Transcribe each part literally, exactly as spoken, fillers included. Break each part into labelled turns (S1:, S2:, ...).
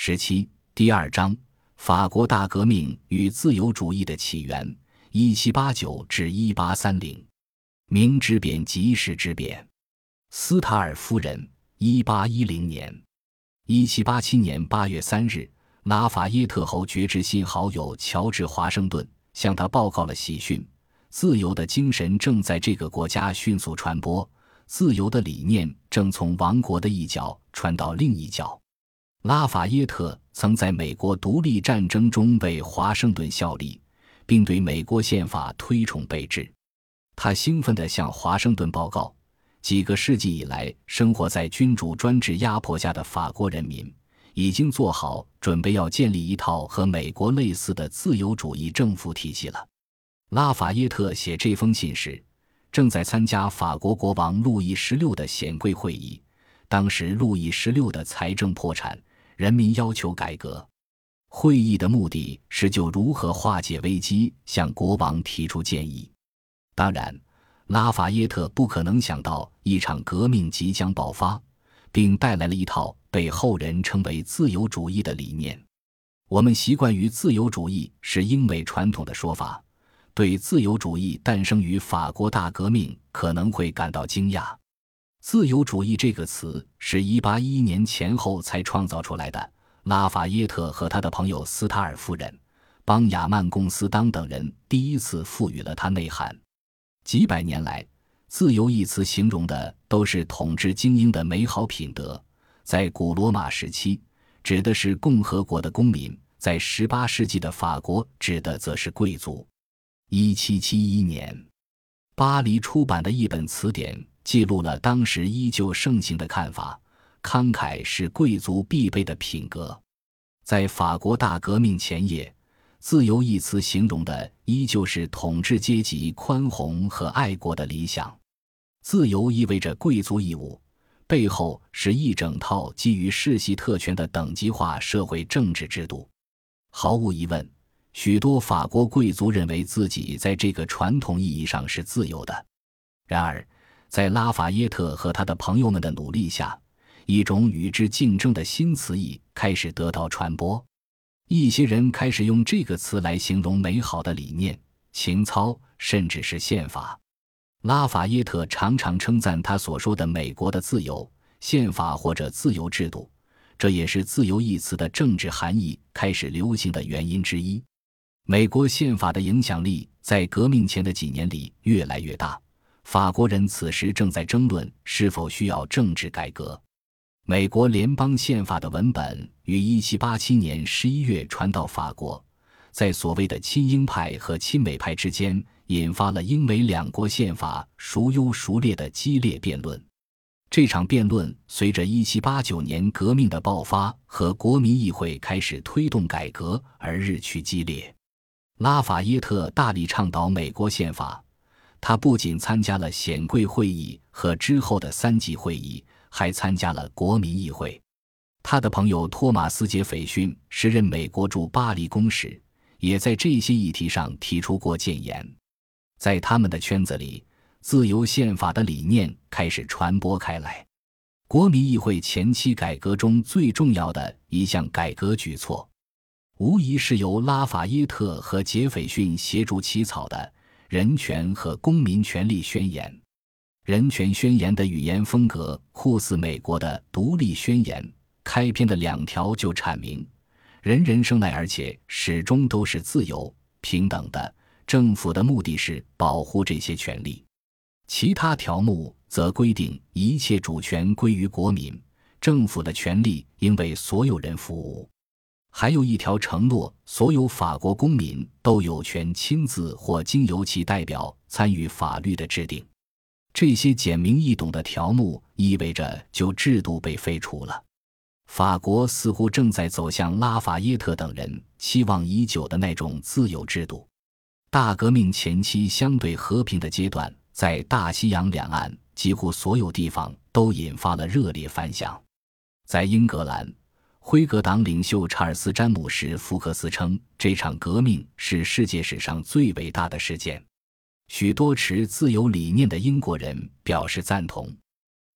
S1: 十七第二章法国大革命与自由主义的起源一七八九至一八三零明之变及时之变。斯塔尔夫人一八一零年一七八七年八月三日，拉法耶特侯爵致信好友乔治华盛顿，向他报告了喜讯：自由的精神正在这个国家迅速传播，自由的理念正从王国的一角传到另一角。拉法耶特曾在美国独立战争中为华盛顿效力，并对美国宪法推崇备至。他兴奋地向华盛顿报告，几个世纪以来生活在君主专制压迫下的法国人民已经做好准备要建立一套和美国类似的自由主义政府体系了。拉法耶特写这封信时，正在参加法国国王路易十六的显贵会议。当时路易十六的财政破产，人民要求改革。会议的目的是就如何化解危机向国王提出建议。当然，拉法耶特不可能想到一场革命即将爆发，并带来了一套被后人称为自由主义的理念。我们习惯于自由主义是英美传统的说法，对自由主义诞生于法国大革命可能会感到惊讶。自由主义这个词是一八一一年前后才创造出来的，拉法耶特和他的朋友斯塔尔夫人、邦雅曼贡斯当等人第一次赋予了它内涵。几百年来，自由一词形容的都是统治精英的美好品德，在古罗马时期指的是共和国的公民，在十八世纪的法国指的则是贵族。一七七一年，巴黎出版的一本词典记录了当时依旧盛行的看法：慷慨是贵族必备的品格。在法国大革命前夜，自由一词形容的依旧是统治阶级宽宏和爱国的理想。自由意味着贵族义务，背后是一整套基于世袭特权的等级化社会政治制度。毫无疑问，许多法国贵族认为自己在这个传统意义上是自由的。然而，在拉法耶特和他的朋友们的努力下，一种与之竞争的新词义开始得到传播。一些人开始用这个词来形容美好的理念、情操，甚至是宪法。拉法耶特常常称赞他所说的美国的自由宪法或者自由制度，这也是自由一词的政治含义开始流行的原因之一。美国宪法的影响力在革命前的几年里越来越大，法国人此时正在争论是否需要政治改革。美国联邦宪法的文本于一七八七年十一月传到法国，在所谓的亲英派和亲美派之间引发了英美两国宪法孰优孰劣的激烈辩论。这场辩论随着一七八九年革命的爆发和国民议会开始推动改革而日趋激烈。拉法耶特大力倡导美国宪法，他不仅参加了显贵会议和之后的三级会议，还参加了国民议会。他的朋友托马斯·杰斐逊时任美国驻巴黎公使，也在这些议题上提出过谏言。在他们的圈子里，自由宪法的理念开始传播开来。国民议会前期改革中最重要的一项改革举措，无疑是由拉法耶特和杰斐逊协助起草的人权和公民权利宣言。人权宣言的语言风格酷似美国的独立宣言，开篇的两条就阐明人人生来而且始终都是自由平等的，政府的目的是保护这些权利。其他条目则规定一切主权归于国民，政府的权利应为所有人服务。还有一条承诺所有法国公民都有权亲自或经由其代表参与法律的制定。这些简明易懂的条目意味着旧制度被废除了。法国似乎正在走向拉法耶特等人期望已久的那种自由制度。大革命前期相对和平的阶段，在大西洋两岸几乎所有地方都引发了热烈反响。在英格兰，辉格党领袖查尔斯·詹姆士·福克斯称，这场革命是世界史上最伟大的事件。许多持自由理念的英国人表示赞同。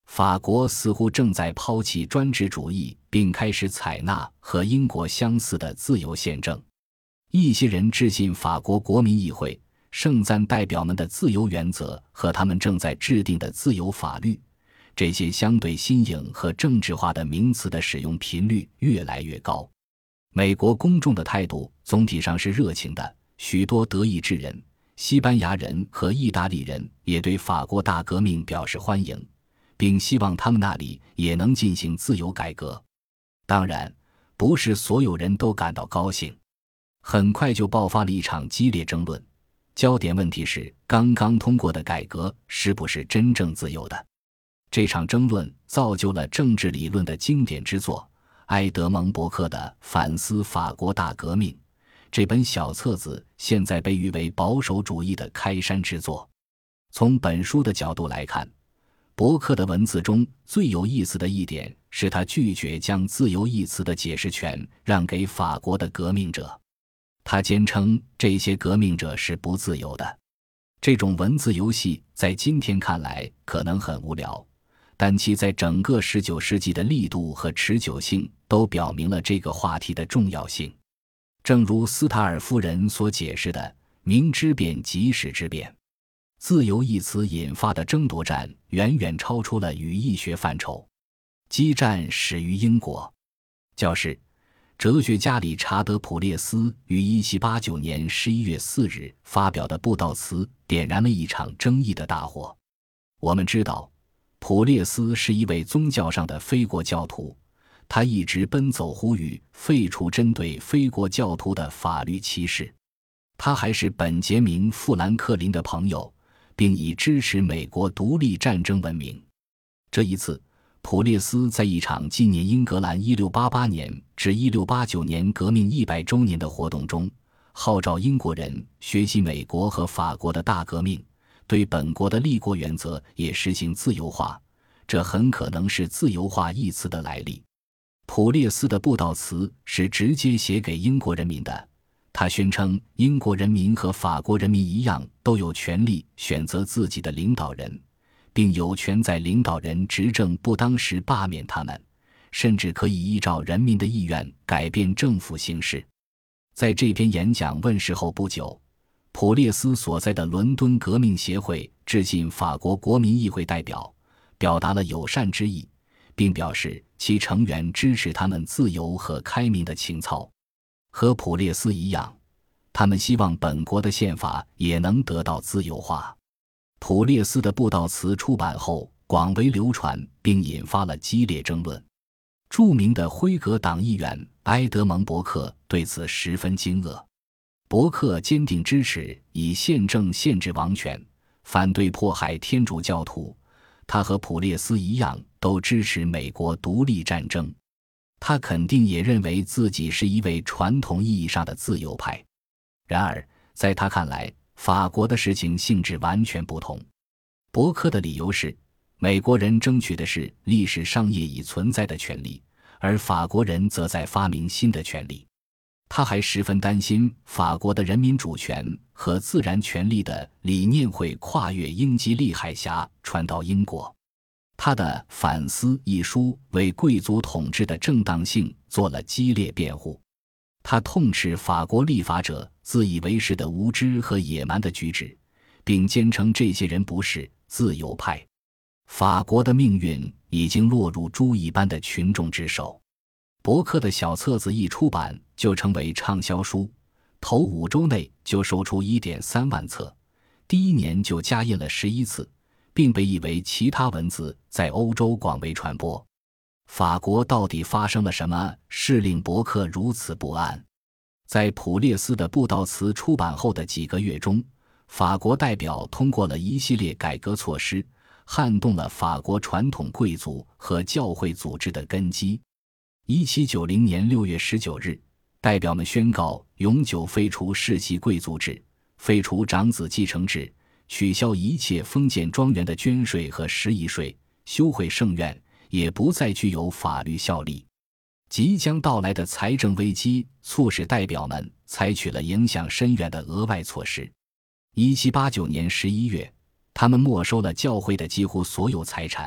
S1: 法国似乎正在抛弃专制主义，并开始采纳和英国相似的自由宪政。一些人致信法国国民议会，盛赞代表们的自由原则和他们正在制定的自由法律。这些相对新颖和政治化的名词的使用频率越来越高。美国公众的态度总体上是热情的，许多德意志人、西班牙人和意大利人也对法国大革命表示欢迎，并希望他们那里也能进行自由改革。当然，不是所有人都感到高兴。很快就爆发了一场激烈争论，焦点问题是刚刚通过的改革是不是真正自由的。这场争论造就了政治理论的经典之作埃德蒙·伯克的《反思法国大革命》。这本小册子现在被誉为保守主义的开山之作。从本书的角度来看，伯克的文字中最有意思的一点是他拒绝将自由一词的解释权让给法国的革命者。他坚称这些革命者是不自由的。这种文字游戏在今天看来可能很无聊，但其在整个十九世纪的力度和持久性都表明了这个话题的重要性。正如斯塔尔夫人所解释的，明之变即使之变。自由一词引发的争夺战远远超出了语义学范畴。激战始于英国。教士哲学家理查德·普列斯于一七八九年十一月四日发表的布道词点燃了一场争议的大火。我们知道，普列斯是一位宗教上的非国教徒，他一直奔走呼吁废除针对非国教徒的法律歧视。他还是本杰明·富兰克林的朋友，并以支持美国独立战争闻名。这一次，普列斯在一场纪念英格兰一六八八年至一六八九年革命一百周年的活动中，号召英国人学习美国和法国的大革命，对本国的立国原则也实行自由化。这很可能是自由化一词的来历。普列斯的布道词是直接写给英国人民的，他宣称英国人民和法国人民一样都有权利选择自己的领导人，并有权在领导人执政不当时罢免他们，甚至可以依照人民的意愿改变政府形式。在这篇演讲问世后不久，普列斯所在的伦敦革命协会致信法国国民议会代表，表达了友善之意，并表示其成员支持他们自由和开明的情操。和普列斯一样，他们希望本国的宪法也能得到自由化。普列斯的布道词出版后广为流传，并引发了激烈争论。著名的辉格党议员埃德蒙·伯克对此十分惊愕。伯克坚定支持以宪政限制王权，反对迫害天主教徒。他和普列斯一样都支持美国独立战争。他肯定也认为自己是一位传统意义上的自由派。然而在他看来，法国的事情性质完全不同。伯克的理由是，美国人争取的是历史上业已存在的权利，而法国人则在发明新的权利。他还十分担心法国的人民主权和自然权利的理念会跨越英吉利海峡传到英国。他的《反思》一书为贵族统治的正当性做了激烈辩护。他痛斥法国立法者自以为是的无知和野蛮的举止，并坚称这些人不是自由派。法国的命运已经落入猪一般的群众之手。伯克的小册子一出版就成为畅销书，头五周内就售出 一点三万册，第一年就加印了十一次，并被译为其他文字在欧洲广为传播。法国到底发生了什么事令伯克如此不安？在普列斯的布道词出版后的几个月中，法国代表通过了一系列改革措施，撼动了法国传统贵族和教会组织的根基。一七九零年六月十九日，代表们宣告永久废除世袭贵族制，废除长子继承制，取消一切封建庄园的捐税和食役税，休会圣院，也不再具有法律效力。即将到来的财政危机促使代表们采取了影响深远的额外措施。一七八九年十一月，他们没收了教会的几乎所有财产，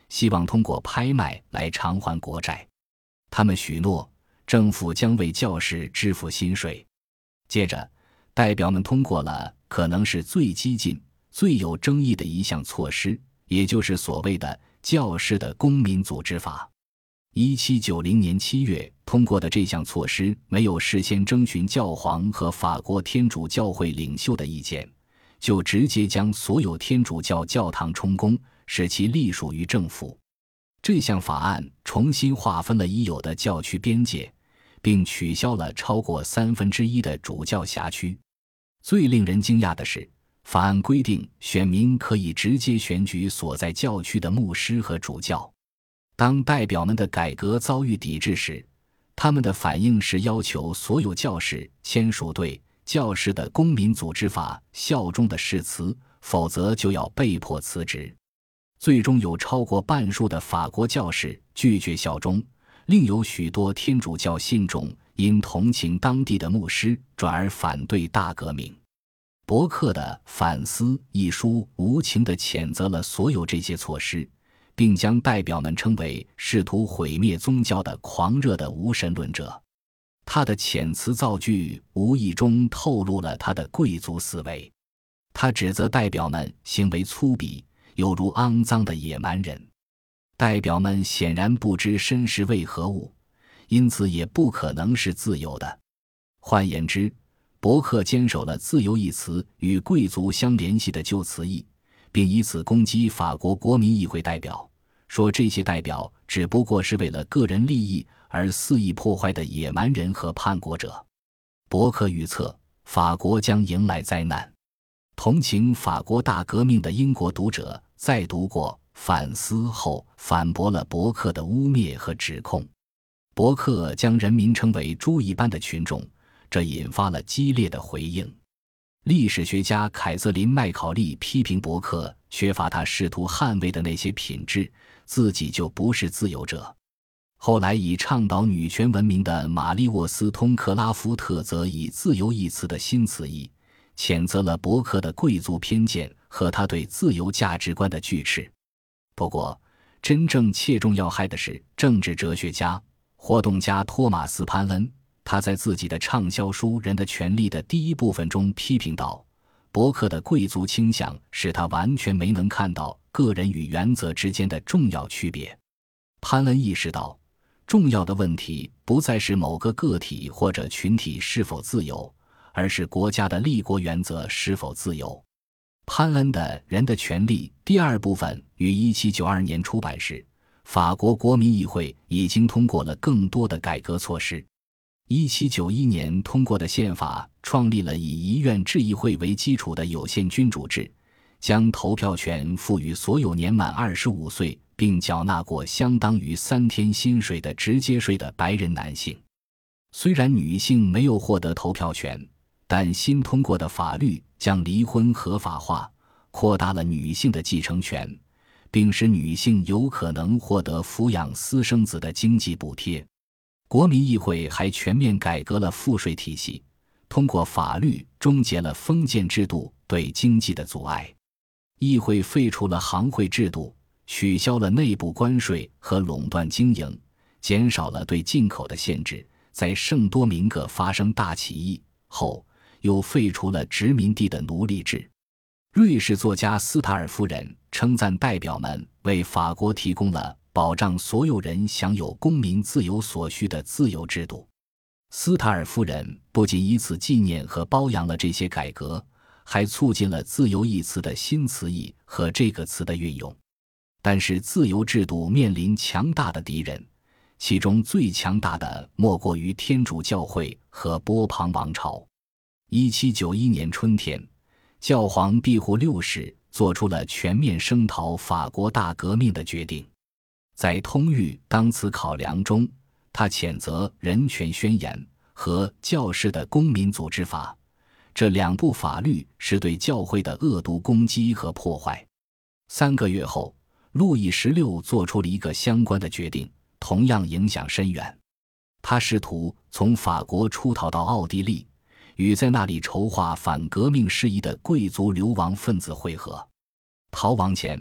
S1: 希望通过拍卖来偿还国债。他们许诺政府将为教士支付薪水。接着，代表们通过了可能是最激进、最有争议的一项措施，也就是所谓的教士的公民组织法。一七九零年七月通过的这项措施没有事先征询教皇和法国天主教会领袖的意见，就直接将所有天主教教堂充公，使其隶属于政府。这项法案重新划分了已有的教区边界，并取消了超过三分之一的主教辖区。最令人惊讶的是，法案规定选民可以直接选举所在教区的牧师和主教。当代表们的改革遭遇抵制时，他们的反应是要求所有教士签署对教士的公民组织法效忠的誓词，否则就要被迫辞职。最终有超过半数的法国教士拒绝效忠，另有许多天主教信众因同情当地的牧师转而反对大革命。伯克的《反思》一书无情地谴责了所有这些措施，并将代表们称为试图毁灭宗教的狂热的无神论者。他的遣词造句无意中透露了他的贵族思维。他指责代表们行为粗鄙，有如肮脏的野蛮人。代表们显然不知绅士为何物，因此也不可能是自由的。换言之，伯克坚守了自由一词与贵族相联系的旧词义，并以此攻击法国国民议会代表，说这些代表只不过是为了个人利益而肆意破坏的野蛮人和叛国者。伯克预测法国将迎来灾难。同情法国大革命的英国读者在读过《反思》后反驳了伯克的污蔑和指控。伯克将人民称为猪一般的群众，这引发了激烈的回应。历史学家凯瑟琳·麦考利批评伯克缺乏他试图捍卫的那些品质，自己就不是自由者。后来以倡导女权闻名的玛丽沃斯通克拉夫特则以自由一词的新词义谴责了伯克的贵族偏见和他对自由价值观的拒斥。不过真正切中要害的是政治哲学家、活动家托马斯·潘恩。他在自己的畅销书《人的权利》的第一部分中批评道，伯克的贵族倾向使他完全没能看到个人与原则之间的重要区别。潘恩意识到，重要的问题不再是某个个体或者群体是否自由，而是国家的立国原则是否自由。潘恩的《人的权利》第二部分于一七九二年出版时，法国国民议会已经通过了更多的改革措施。一七九一年通过的宪法创立了以遗愿制议会为基础的有限君主制，将投票权赋予所有年满二十五岁并缴纳过相当于三天薪水的直接税的白人男性。虽然女性没有获得投票权，但新通过的法律将离婚合法化，扩大了女性的继承权，并使女性有可能获得抚养私生子的经济补贴。国民议会还全面改革了赋税体系，通过法律终结了封建制度对经济的阻碍。议会废除了行会制度，取消了内部关税和垄断经营，减少了对进口的限制。在圣多明各发生大起义后，又废除了殖民地的奴隶制。瑞士作家斯塔尔夫人称赞代表们为法国提供了保障所有人享有公民自由所需的自由制度。斯塔尔夫人不仅以此纪念和褒扬了这些改革，还促进了自由一词的新词义和这个词的运用。但是自由制度面临强大的敌人，其中最强大的莫过于天主教会和波旁王朝。一七九一年春天，教皇庇护六世做出了全面声讨法国大革命的决定。在通谕当此考量中，他谴责人权宣言和教士的公民组织法，这两部法律是对教会的恶毒攻击和破坏。三个月后，路易十六做出了一个相关的决定，同样影响深远。他试图从法国出逃到奥地利，与在那里筹划反革命事宜的贵族流亡分子会合。逃亡前，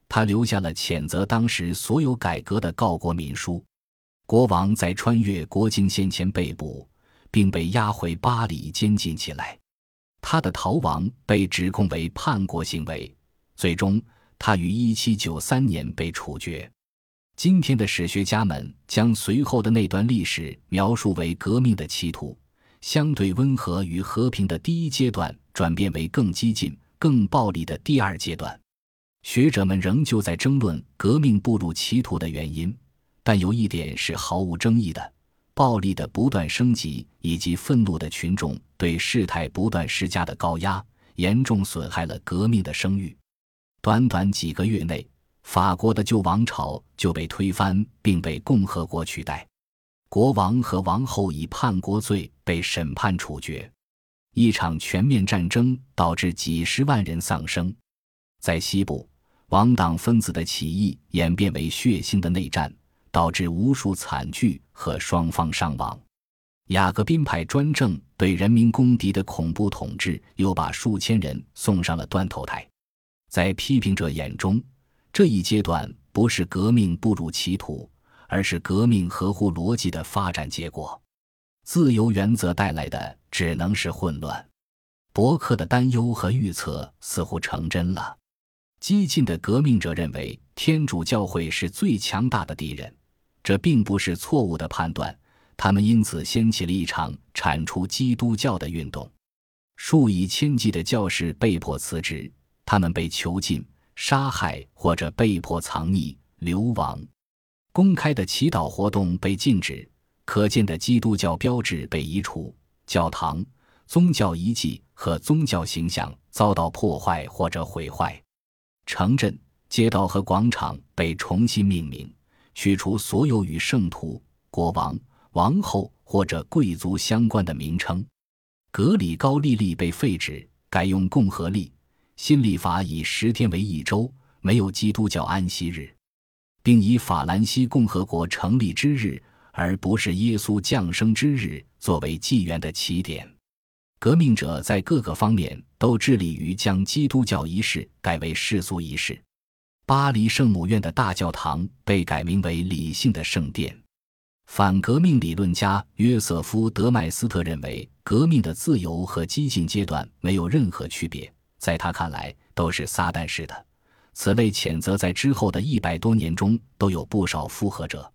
S1: 他留下了谴责当时所有改革的告国民书。国王在穿越国境线前被捕，并被押回巴黎监禁起来。他的逃亡被指控为叛国行为，最终他于一七九三年被处决。今天的史学家们将随后的那段历史描述为革命的企图，相对温和与和平的第一阶段转变为更激进、更暴力的第二阶段。学者们仍旧在争论革命步入歧途的原因，但有一点是毫无争议的：暴力的不断升级以及愤怒的群众对事态不断施加的高压，严重损害了革命的声誉。短短几个月内，法国的旧王朝就被推翻，并被共和国取代。国王和王后以叛国罪被审判处决。一场全面战争导致几十万人丧生。在西部，王党分子的起义演变为血腥的内战，导致无数惨剧和双方伤亡。雅各宾派专政对人民公敌的恐怖统治又把数千人送上了断头台。在批评者眼中，这一阶段不是革命步入歧途，而是革命合乎逻辑的发展结果。自由原则带来的只能是混乱。伯克的担忧和预测似乎成真了。激进的革命者认为天主教会是最强大的敌人，这并不是错误的判断，他们因此掀起了一场铲除基督教的运动。数以千计的教士被迫辞职，他们被囚禁、杀害或者被迫藏匿、流亡。公开的祈祷活动被禁止，可见的基督教标志被移除，教堂、宗教遗迹和宗教形象遭到破坏或者毁坏。城镇、街道和广场被重新命名，去除所有与圣徒、国王、王后或者贵族相关的名称。格里高利历被废止，改用共和历。新历法以十天为一周，没有基督教安息日，并以法兰西共和国成立之日，而不是耶稣降生之日作为纪元的起点。革命者在各个方面都致力于将基督教仪式改为世俗仪式。巴黎圣母院的大教堂被改名为理性的圣殿。反革命理论家约瑟夫·德麦斯特认为，革命的自由和激进阶段没有任何区别，在他看来都是撒旦式的。此类谴责在之后的一百多年中都有不少附和者。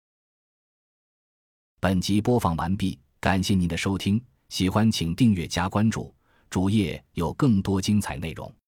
S1: 本集播放完毕，感谢您的收听，喜欢请订阅加关注，主页有更多精彩内容。